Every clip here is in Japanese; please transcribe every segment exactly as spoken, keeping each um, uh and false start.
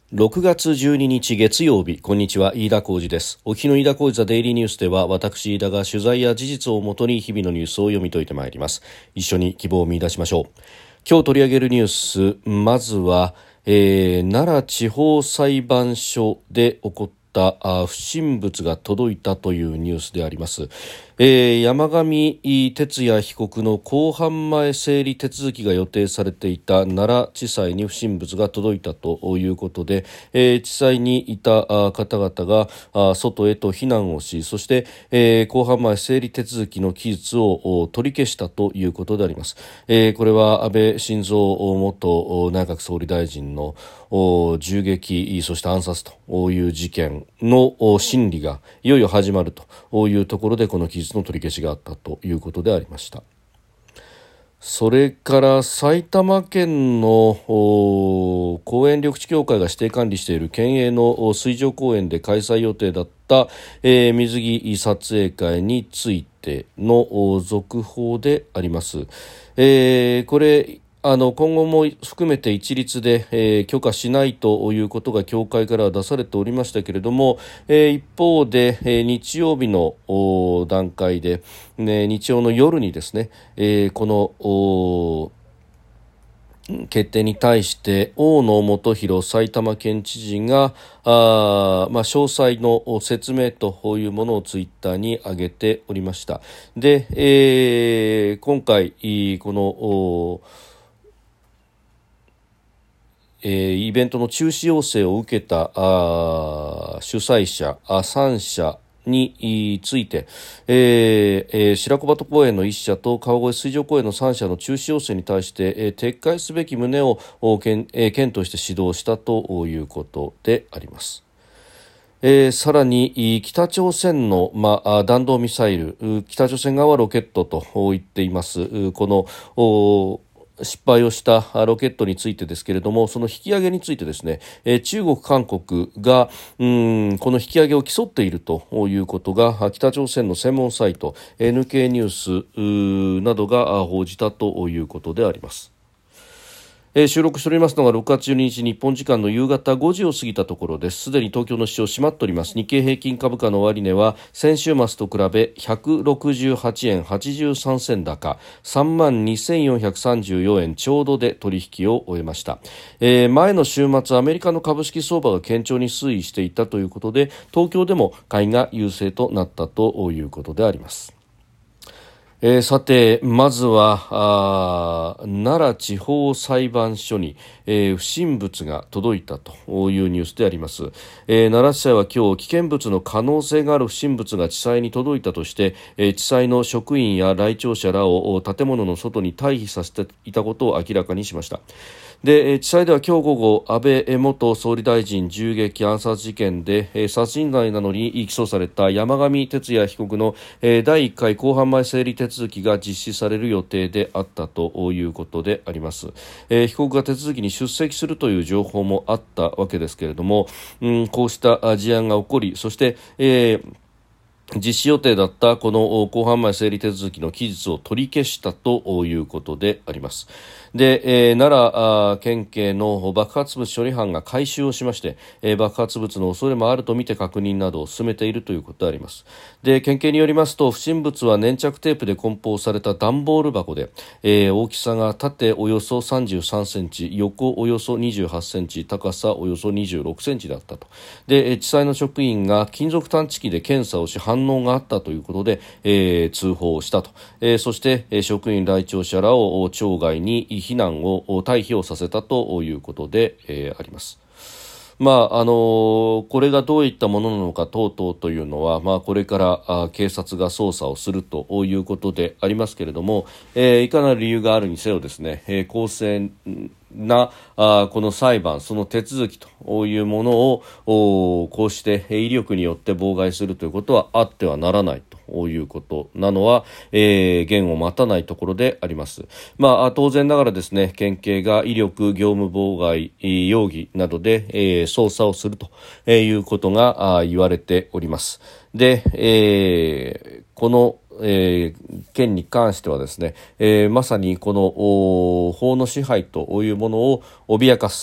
ろくがつじゅうににち月曜日、こんにちは、飯田浩司です。お日の飯田浩司ザデイリーニュースでは、私飯田が取材や事実をもとに日々のニュースを読み解いてまいります。一緒に希望を見出しましょう。今日取り上げるニュース、まずは、えー、奈良地方裁判所で起こった不審物が届いたというニュースであります。えー、山上徹也被告の公判前整理手続きが予定されていた奈良地裁に不審物が届いたということで、えー、地裁にいた方々が外へと避難をし、そして、えー、公判前整理手続きの期日を取り消したということであります。えー、これは安倍晋三元内閣総理大臣の銃撃、そして暗殺という事件の審理がいよいよ始まるというところで、この期日の取り消しがあったということでありました。それから埼玉県の公園緑地協会が指定管理している県営の水上公園で開催予定だった、えー、水着撮影会についての続報であります。えー、これあの今後も含めて一律で、えー、許可しないということが協会からは出されておりましたけれども、えー、一方で、えー、日曜日の段階で、ね、日曜の夜にですね、えー、この決定に対して大野元裕埼玉県知事があ、まあ、詳細の説明というものをツイッターに上げておりました。で、えー、今回このえー、イベントの中止要請を受けたあ主催者あさん社について、えーえー、白子鳩公園のいっ社と川越水上公園のさん社の中止要請に対して、えー、撤回すべき旨を県、えー、県として指導したということであります。えー、さらに北朝鮮の、まあ、弾道ミサイル、北朝鮮側はロケットと言っています。この失敗をしたロケットについてですけれども、その引き上げについてですね、えー、中国韓国がうーんこの引き上げを競っているということが北朝鮮の専門サイト エヌケー ニュースなどが報じたということであります。えー、収録しておりますのがろくがつじゅうににち日本時間の夕方ごじを過ぎたところです。すでに東京の市場閉まっております。日経平均株価の終値は先週末と比べひゃくろくじゅうはちえんはちじゅうさんせん高 さんまんにせんよんひゃくさんじゅうよえんちょうどで取引を終えました。えー、前の週末アメリカの株式相場が堅調に推移していたということで、東京でも買いが優勢となったということであります。えー、さてまずは奈良地方裁判所に、えー、不審物が届いたというニュースであります。えー、奈良地裁は今日危険物の可能性がある不審物が地裁に届いたとして、えー、地裁の職員や来庁者らを建物の外に退避させていたことを明らかにしました。で、地裁では今日午後安倍元総理大臣銃撃暗殺事件で、えー、殺人罪などに起訴された山上徹也被告の、えー、だいいっかい公判前整理手続きが実施される予定であったということであります。えー、被告が手続きに出席するという情報もあったわけですけれども、うん、こうした事案が起こり、そして、えー実施予定だったこの公判前整理手続きの期日を取り消したということであります。で、えー、奈良県警の爆発物処理班が回収をしまして、えー、爆発物の恐れもあるとみて確認などを進めているということであります。で、県警によりますと、不審物は粘着テープで梱包された段ボール箱で、えー、大きさが縦およそさんじゅうさんセンチ、横およそにじゅうはちセンチ、高さおよそにじゅうろくセンチだったと。で、地裁の職員が金属探知機で検査をし反応があったということで、えー、通報をしたと。えー、そして、えー、職員来庁者らを町外に避難を退避をさせたということで、えー、あります。まああのー、これがどういったものなのか等々というのは、まあ、これからあ警察が捜査をするということでありますけれども、えー、いかなる理由があるにせよですね、えー、公正なあこの裁判その手続きというものをこうして威力によって妨害するということはあってはならないということなのは、えー、言を待たないところであります。まあ、当然ながらですね、県警が威力業務妨害容疑などで、えー、捜査をするということが言われております。で、えー、このえー、件に関してはですね、えー、まさにこの法の支配というものを脅かす、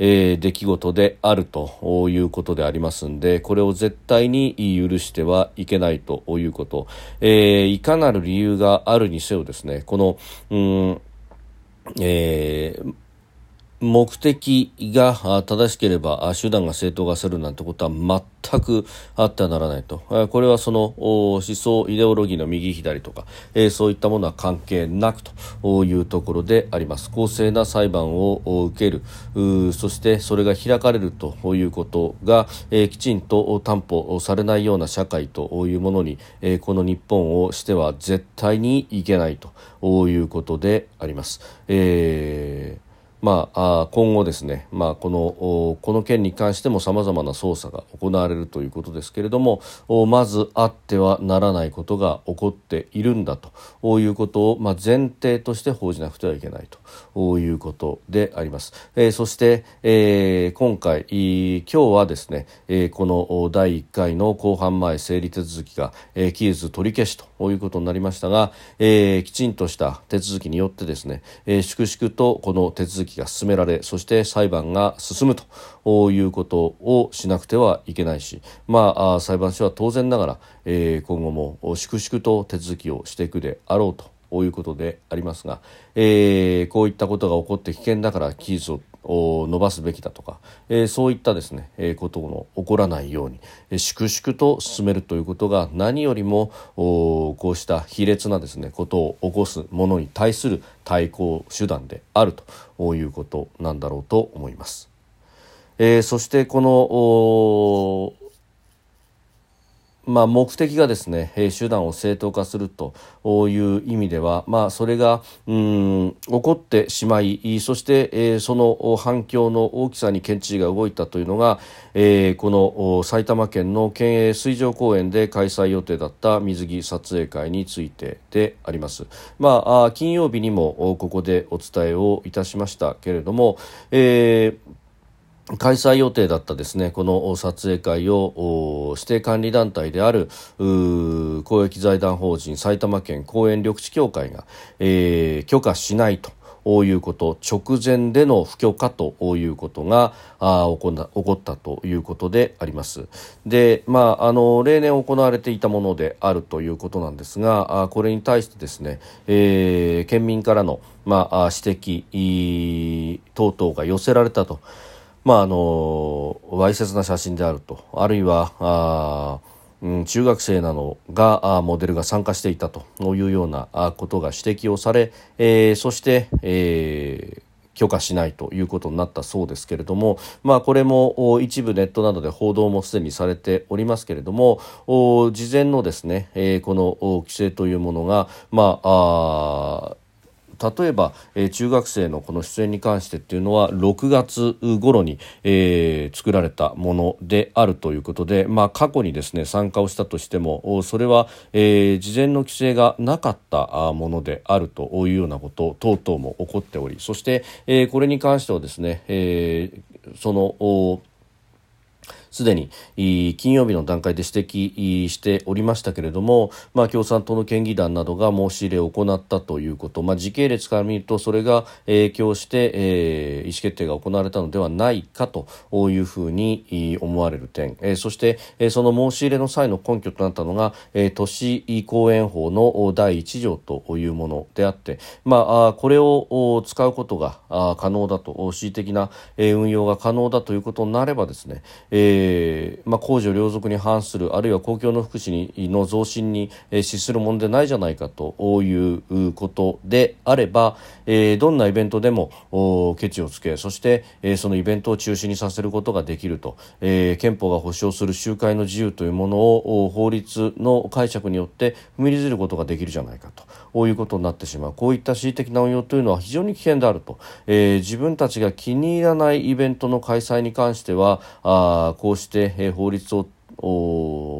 えー、出来事であるということでありますんで、これを絶対に許してはいけないということ、えー、いかなる理由があるにせよですね、この、うーんえー目的が正しければ手段が正当化するなんてことは全くあってはならないと。これはその思想イデオロギーの右左とか、そういったものは関係なくというところであります。公正な裁判を受ける、そしてそれが開かれるということがきちんと担保されないような社会というものにこの日本をしては絶対にいけないということであります。えーまあ、今後ですね、まあ、この、この件に関しても様々な捜査が行われるということですけれども、まずあってはならないことが起こっているんだということを、まあ、前提として報じなくてはいけないということであります。えー、そして、えー、今回、今日はですね、えー、このだいいっかいの公判前整理手続きが、えー、期日取り消しということになりましたが、えー、きちんとした手続きによってですね、えー、粛々とこの手続きが進められ、そして裁判が進むということをしなくてはいけないし、まあ、裁判所は当然ながら、えー、今後も粛々と手続きをしていくであろうとこういうことでありますが、えー、こういったことが起こって危険だから期日を伸ばすべきだとか、えー、そういったですね、えー、ことの起こらないように、えー、粛々と進めるということが何よりもこうした卑劣なですねことを起こすものに対する対抗手段であるということなんだろうと思います。えー、そしてこのまあ、目的がですね、手段を正当化するという意味では、まあ、それがうん起こってしまい、そして、えー、その反響の大きさに県知事が動いたというのが、えー、この埼玉県の県営水上公園で開催予定だった水着撮影会についてであります。まあ、金曜日にもここでお伝えをいたしましたけれども、えー開催予定だったですね、この撮影会を指定管理団体である公益財団法人埼玉県公園緑地協会が、えー、許可しないとこういうこと、直前での不許可ということがあ起こな起こったということであります。で、まあ、あの例年行われていたものであるということなんですが、あこれに対してですね、えー、県民からの、まあ、指摘等々が寄せられたと。まあ、あのわいせつな写真であると、あるいはあ、うん、中学生なのがあモデルが参加していたというようなあことが指摘をされ、えー、そして、えー許可しないということになったそうですけれども、まあ、これも一部ネットなどで報道もすでにされておりますけれども、事前のですね、えー、この規制というものが、まあ、あ例えば、えー、中学生のこの出演に関してっていうのはろくがつ頃に、えー、作られたものであるということで、まあ、過去にですね参加をしたとしてもそれは、えー、事前の規制がなかったものであるというようなこと等々も起こっており、そして、えー、これに関してはですね、えー、そのすでに金曜日の段階で指摘しておりましたけれども、まあ、共産党の県議団などが申し入れを行ったということ、まあ、時系列から見るとそれが影響して、えー、意思決定が行われたのではないかというふうに思われる点、えー、そして、えー、その申し入れの際の根拠となったのが、えー、都市公園法のだいいち条というものであって、まあ、これを使うことが可能だと、恣意的な運用が可能だということになればですね、えーえーまあ、公序良俗に反する、あるいは公共の福祉にの増進に、えー、資するものでないじゃないかということであれば、えー、どんなイベントでもケチをつけ、そして、えー、そのイベントを中止にさせることができると、えー、憲法が保障する集会の自由というものを法律の解釈によって踏みにじることができるじゃないかとこういうことになってしまう。こういった恣意的な運用というのは非常に危険であると、えー、自分たちが気に入らないイベントの開催に関してはあこうして、えー、法律を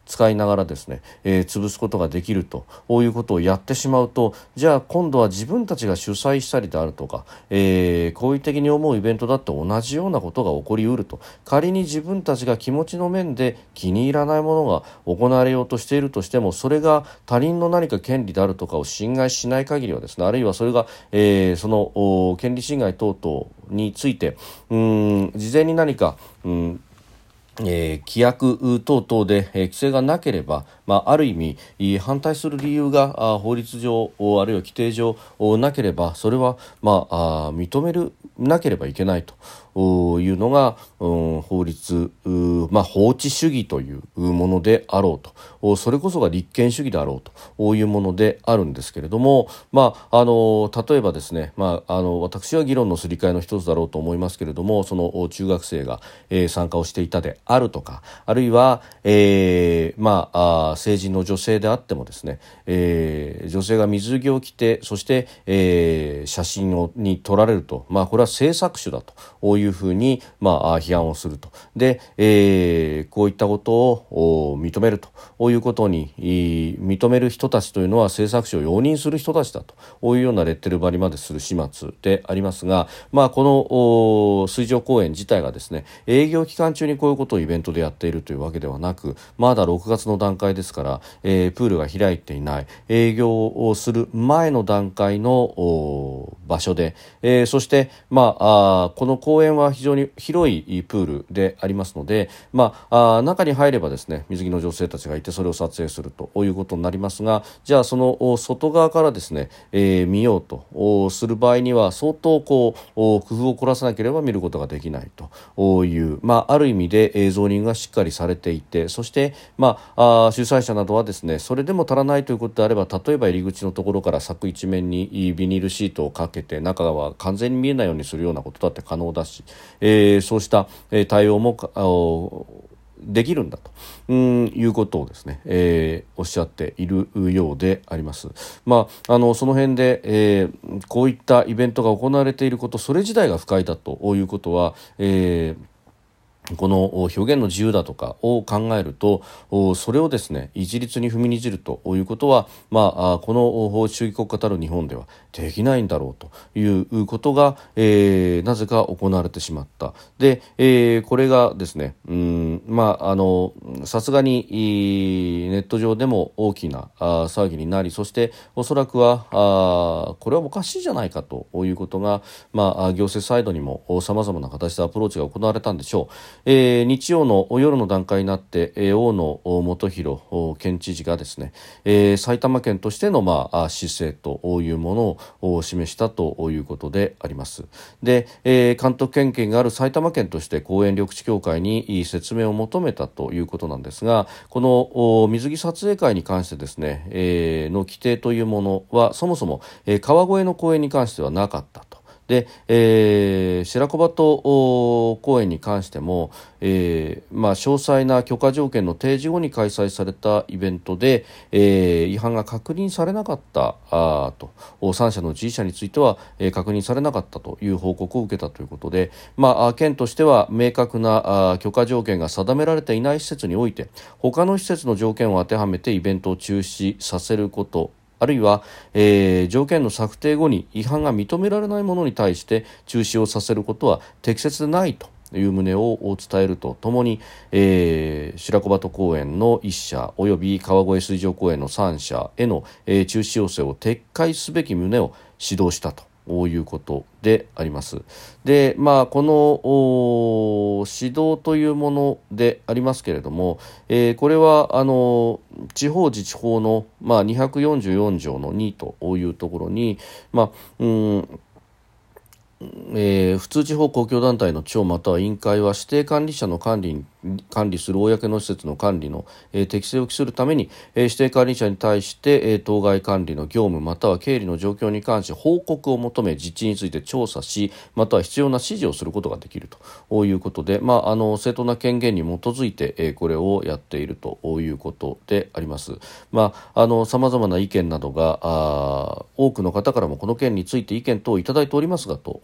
使いながらですね、えー、潰すことができるということをやってしまうと、じゃあ今度は自分たちが主催したりであるとか、えー、好意的に思うイベントだって同じようなことが起こりうると。仮に自分たちが気持ちの面で気に入らないものが行われようとしているとしても、それが他人の何か権利であるとかを侵害しない限りはですね、あるいはそれが、えー、その権利侵害等々についてうーん事前に何かうんえー、規約等々で、えー、規制がなければ、まあ、ある意味反対する理由があ法律上あるいは規定上なければ、それは、まあ、あ認めるなければいけないというのが、うん、法律、まあ、法治主義というものであろうと、それこそが立憲主義であろうというものであるんですけれども、まあ、あの例えばですね、まあ、あの私は議論のすり替えの一つだろうと思いますけれども、その中学生が、えー、参加をしていたであるとか、あるいは、えーまあ、あ成人の女性であってもですね、えー、女性が水着を着て、そして、えー、写真をに撮られると、まあ、これは性搾取だというふうに、まあ、批判をすると。で、えー、こういったことを認めるということに認める人たちというのは性搾取を容認する人たちだというようなレッテル張りまでする始末でありますが、まあ、この水上公園自体がですね、営業期間中にこういうことをイベントでやっているというわけではなく、まだろくがつの段階ですから、えー、プールが開いていない営業をする前の段階の場所で、えー、そして、まあ、あこの公園は非常に広いプールでありますので、まあ、あ中に入ればですね、水着の女性たちがいてそれを撮影するということになりますが、じゃあその外側からですね、えー、見ようとする場合には相当こう工夫を凝らさなければ見ることができないという、まあ、ある意味で映像人がしっかりされていて、そして、まあ、あ主催者などはですね、それでも足らないということであれば、例えば入り口のところから柵一面にビニールシートをかけて中は完全に見えないようにするようなことだって可能だし、えー、そうした、えー、対応もできるんだとうんいうことをですね、えー、おっしゃっているようであります。まあ、あのその辺で、えー、こういったイベントが行われていること、それ自体が不快だということは、えーこの表現の自由だとかを考えると、それをですね一律に踏みにじるということは、まあ、この法治主義国家たる日本ではできないんだろうということが、えー、なぜか行われてしまった。で、えー、これがですね、うんまああのさすがにネット上でも大きなあ騒ぎになり、そしておそらくはあこれはおかしいじゃないかということが、まあ、行政サイドにもさまざまな形でアプローチが行われたんでしょう。えー、日曜の夜の段階になって、えー、大野元弘県知事がですね、えー、埼玉県としての、まあ、姿勢というものを示したということであります。で、えー、監督権限がある埼玉県として公園緑地協会に説明を求めたということなんですが、この水着撮影会に関してですね、えー、の規定というものはそもそも、えー、川越の公園に関してはなかったと。で、えー、白子鳩公園に関しても、えーまあ、詳細な許可条件の提示後に開催されたイベントで、えー、違反が確認されなかったあと、さん社の事者については、えー、確認されなかったという報告を受けたということで、まあ、県としては明確なあ許可条件が定められていない施設において他の施設の条件を当てはめてイベントを中止させること、あるいは、えー、条件の策定後に違反が認められないものに対して中止をさせることは適切でないという旨を伝えるとともに、えー、白子鳩公園のいっ社および川越水上公園のさん社への、えー、中止要請を撤回すべき旨を指導したということであります。で、まあ、この指導というものでありますけれども、えー、これはあの地方自治法の、まあ、にひゃくよんじゅうよん条のにというところに、まあうんえー、普通地方公共団体の長または委員会は指定管理者の管理に管理する公の施設の管理の、えー、適正を期するために、えー、指定管理者に対して、えー、当該管理の業務または経理の状況に関して報告を求め実地について調査し、または必要な指示をすることができるということで、まあ、あの正当な権限に基づいて、えー、これをやっているということであります。まあ、あの様々な意見などがあ多くの方からもこの件について意見等をいただいておりますがと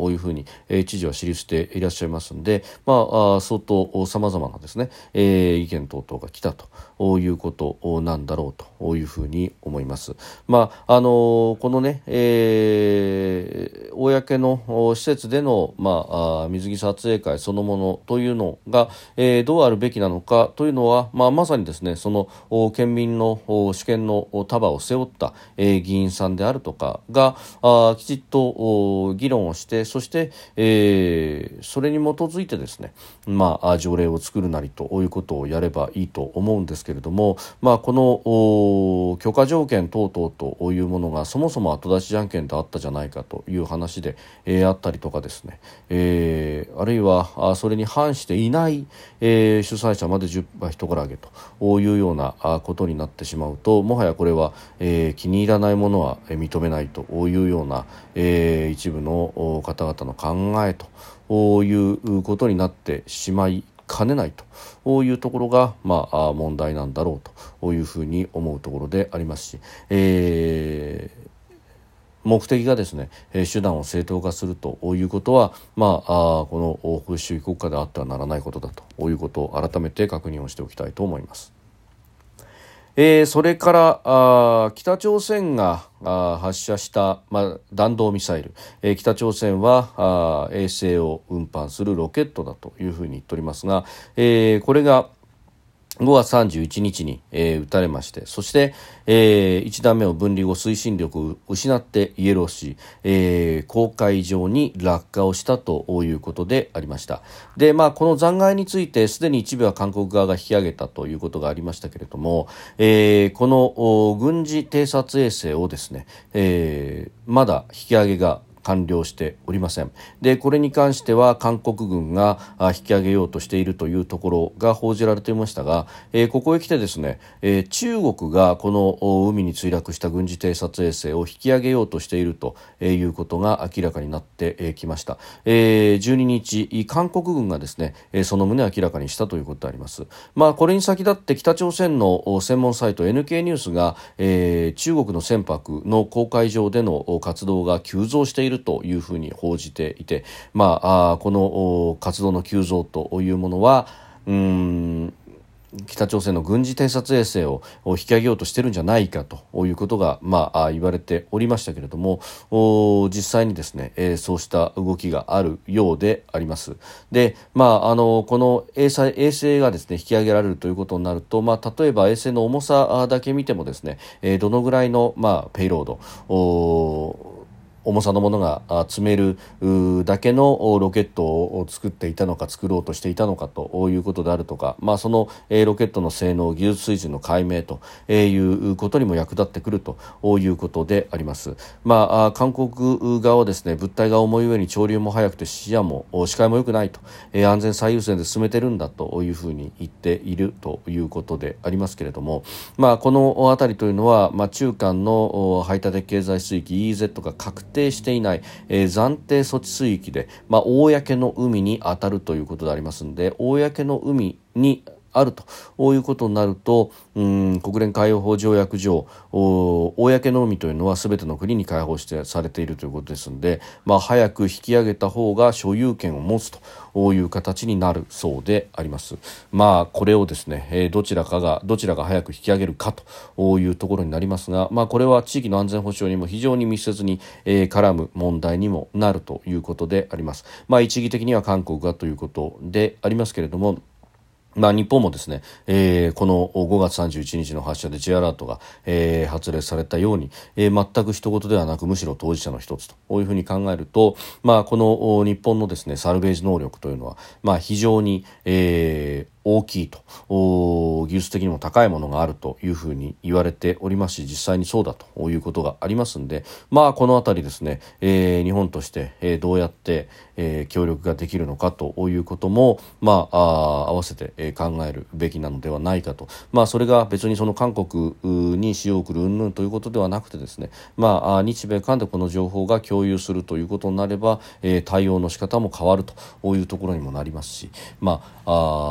いうふうに、えー、知事は記していらっしゃいますので、まあ、あ相当様々なですね、えー、意見等々が来たということなんだろうというふうに思います。まああのこのね、えー、公の施設での、まあ、水着撮影会そのものというのが、えー、どうあるべきなのかというのは、まあ、まさにですねその県民の主権の束を背負った、えー、議員さんであるとかがあきちっと議論をしてそして、えー、それに基づいてですね、まあ、条例を作るなりということをやればいいと思うんですけれども、まあ、この許可条件等々というものがそもそも後出しじゃんけんであったじゃないかという話で、えー、あったりとかですね、えー、あるいはあそれに反していない、えー、主催者までじゅっぱい人からげというようなことになってしまうともはやこれは、えー、気に入らないものは認めないというような、えー、一部の方々の考えということになってしまいかねないというところが、まあ、問題なんだろうというふうに思うところでありますし、えー目的がですね、手段を正当化するということは、まあ、あこの保守主義国家であってはならないことだということを改めて確認をしておきたいと思います。えー、それからあ北朝鮮があ発射した、まあ、弾道ミサイル、えー、北朝鮮はあ衛星を運搬するロケットだというふうに言っておりますが、えー、これがごがつさんじゅういちにちに、えー、撃たれましてそして、えー、いちだんめを分離後推進力を失ってイエローシー、えー、公海上に落下をしたということでありました。で、まあ、この残骸についてすでに一部は韓国側が引き上げたということがありましたけれども、えー、この軍事偵察衛星をですね、えー、まだ引き上げが完了しておりません。で、これに関しては韓国軍が引き上げようとしているというところが報じられていましたが、えー、ここへ来てですね、えー、中国がこの海に墜落した軍事偵察衛星を引き上げようとしているということが明らかになってきました。えー、じゅうににち韓国軍がですねその旨を明らかにしたということであります。まあ、これに先立って北朝鮮の専門サイト エヌケー ニュースが、えー、中国の船舶の公海上での活動が急増しているいるというふうに報じていて、まあ、あこの活動の急増というものはうーん北朝鮮の軍事偵察衛星を引き上げようとしているんじゃないかということが、まあ、言われておりましたけれども実際にですね、えー、そうした動きがあるようであります。で、まあ、あのこの衛星、衛星がですね引き上げられるということになると、まあ、例えば衛星の重さだけ見てもですね、えー、どのぐらいの、まあ、ペイロード重さのものが積めるだけのロケットを作っていたのか作ろうとしていたのかということであるとか、まあ、そのロケットの性能技術水準の解明ということにも役立ってくるということであります。まあ、韓国側はですね物体が重い上に潮流も速くて視野も視界も良くないと安全最優先で進めてるんだというふうに言っているということでありますけれども、まあ、この辺りというのは、まあ、中間の排他的経済水域 イーイーゼット が確定していない、えー、暫定措置水域で、まあ、公の海に当たるということでありますので公の海にあるということになるとうん国連海洋法条約上公の海というのは全ての国に開放してされているということですので、まあ、早く引き上げた方が所有権を持つという形になるそうであります。まあ、これをですね、えー、どちらかがどちらが早く引き上げるかというところになりますが、まあ、これは地域の安全保障にも非常に密接に、えー、絡む問題にもなるということであります。まあ、一義的には韓国がということでありますけれども、まあ、日本もですね、えー、このごがつさんじゅういちにちの発射で J アラートが、えー、発令されたように、えー、全く一言ではなくむしろ当事者の一つというふうに考えると、まあ、この日本のですねサルベージ能力というのは、まあ、非常に、えー大きいと技術的にも高いものがあるというふうに言われておりますし実際にそうだということがありますので、まあ、このあたりですね、えー、日本として、えー、どうやって、えー、協力ができるのかということも、まあ、あ合わせて、えー、考えるべきなのではないかと、まあ、それが別にその韓国に使用を送る云々ということではなくてですね、まあ、日米韓でこの情報が共有するということになれば、えー、対応の仕方も変わるというところにもなりますし、まあ、あ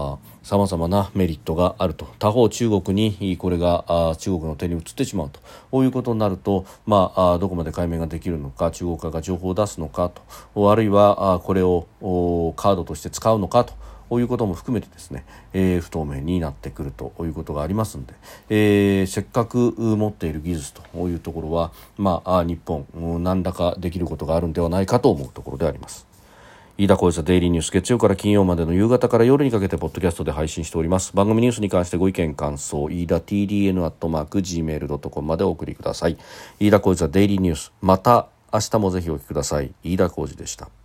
様々なメリットがあると。他方中国にこれがあ中国の手に移ってしまうとこういうことになると、まあ、あどこまで解明ができるのか、中国側が情報を出すのかと、あるいはあこれをカードとして使うのかとこういうことも含めてですね、えー、不透明になってくるということがありますので、えー、せっかく持っている技術というところは、まあ、日本何らかできることがあるんではないかと思うところであります。飯田浩司のデイリーニュース、月曜から金曜までの夕方から夜にかけてポッドキャストで配信しております。番組ニュースに関してご意見感想、飯田 ティーディーエヌ アットマーク ジーメール ドットコム までお送りください。飯田浩司のデイリーニュース、また明日もぜひお聞きください。飯田浩司でした。